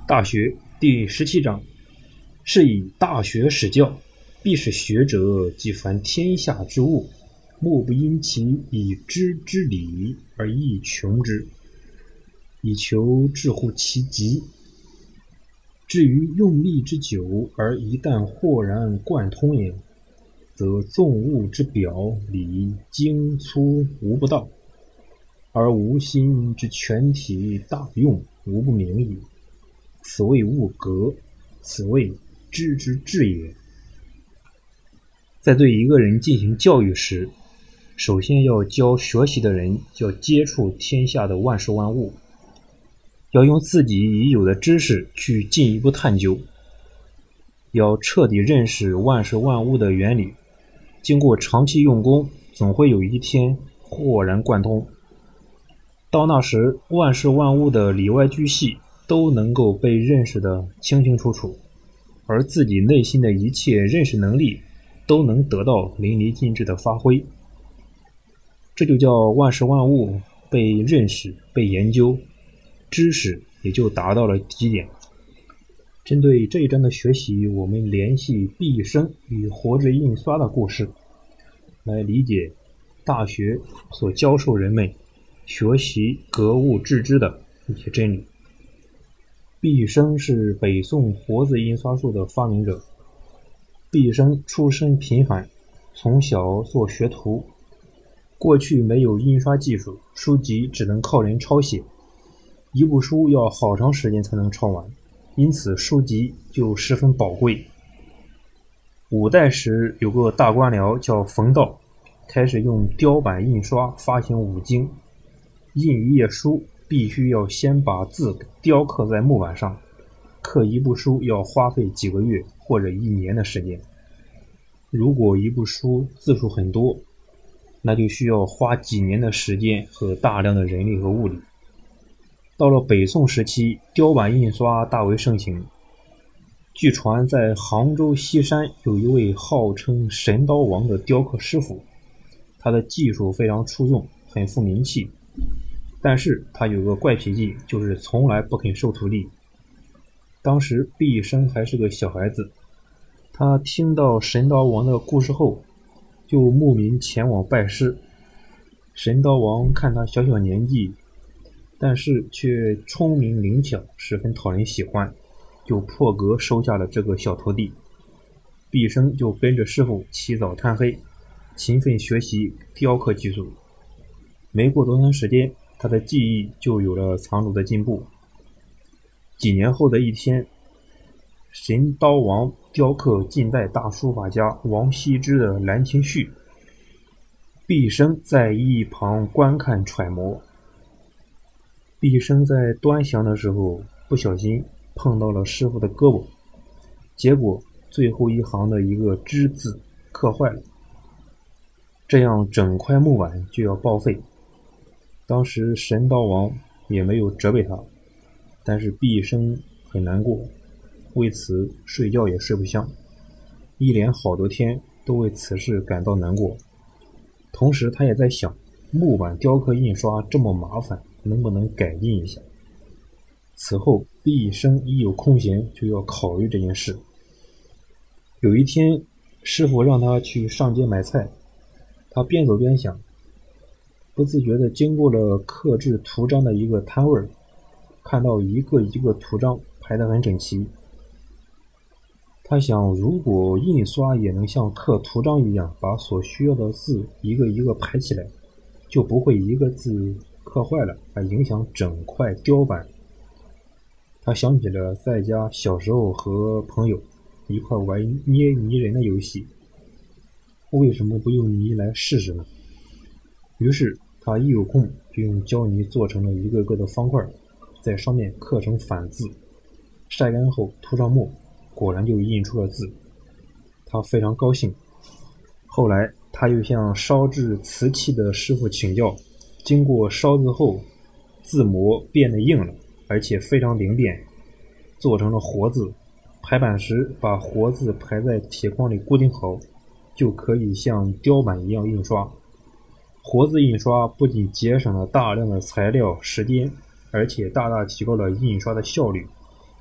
大学第17章，是以大学始教，必是学者，即凡天下之物，莫不因其以知之理而易穷之，以求治乎其极。至于用力之久，而一旦豁然贯通也，则纵物之表里精粗无不到，而无心之全体大用无不明矣。此谓物格，此谓知之至也。在对一个人进行教育时，首先要教学习的人要接触天下的万事万物，要用自己已有的知识去进一步探究，要彻底认识万事万物的原理，经过长期用功，总会有一天豁然贯通。到那时，万事万物的里外巨细都能够被认识得清清楚楚，而自己内心的一切认识能力都能得到淋漓尽致的发挥。这就叫万事万物被认识、被研究，知识也就达到了极点。针对这一章的学习，我们联系毕生与活字印刷的故事，来理解大学所教授人们学习格物致知的一些真理。毕生是北宋活字印刷术的发明者。毕生出身贫寒，从小做学徒。过去没有印刷技术，书籍只能靠人抄写，一部书要好长时间才能抄完，因此书籍就十分宝贵。五代时有个大官僚叫冯道，开始用雕版印刷发行五经。印一页书必须要先把字雕刻在木板上，刻一部书要花费几个月或者1年的时间。如果一部书字数很多，那就需要花几年的时间和大量的人力和物力。到了北宋时期，雕版印刷大为盛行。据传在杭州西山有一位号称神刀王的雕刻师傅，他的技术非常出众，很负名气，但是他有个怪脾气，就是从来不肯收徒弟。当时毕生还是个小孩子，他听到神刀王的故事后，就慕名前往拜师。神刀王看他小小年纪，但是却聪明灵巧，十分讨人喜欢，就破格收下了这个小徒弟。毕生就跟着师傅起早贪黑，勤奋学习雕刻技术。没过多长时间，他的技艺就有了长足的进步。几年后的一天，神刀王雕刻近代大书法家王羲之的《兰亭序》，毕生在一旁观看揣摩。毕生在端详的时候，不小心碰到了师傅的胳膊，结果最后一行的一个之字刻坏了，这样整块木板就要报废。当时神刀王也没有责备他，但是毕生很难过，为此睡觉也睡不香，一连好多天都为此事感到难过。同时他也在想，木板雕刻印刷这么麻烦，能不能改进一下。此后毕生一有空闲就要考虑这件事。有一天，师傅让他去上街买菜，他边走边想，不自觉地经过了刻制图章的一个摊位，看到一个一个图章排得很整齐。他想，如果印刷也能像刻图章一样把所需要的字一个一个排起来，就不会一个字刻坏了而影响整块雕版。他想起了在家小时候和朋友一块玩捏泥人的游戏，为什么不用泥来试试呢？于是他一有空就用胶泥做成了一个个的方块，在上面刻成反字，晒干后涂上墨，果然就印出了字。他非常高兴。后来他又向烧制瓷器的师傅请教，经过烧制后，字模变得硬了，而且非常灵便，做成了活字。排版时把活字排在铁框里固定好，就可以像雕版一样印刷。活字印刷不仅节省了大量的材料时间，而且大大提高了印刷的效率。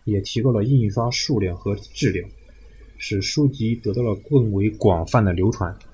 也提高了印刷数量和质量，使书籍得到了更为广泛的流传。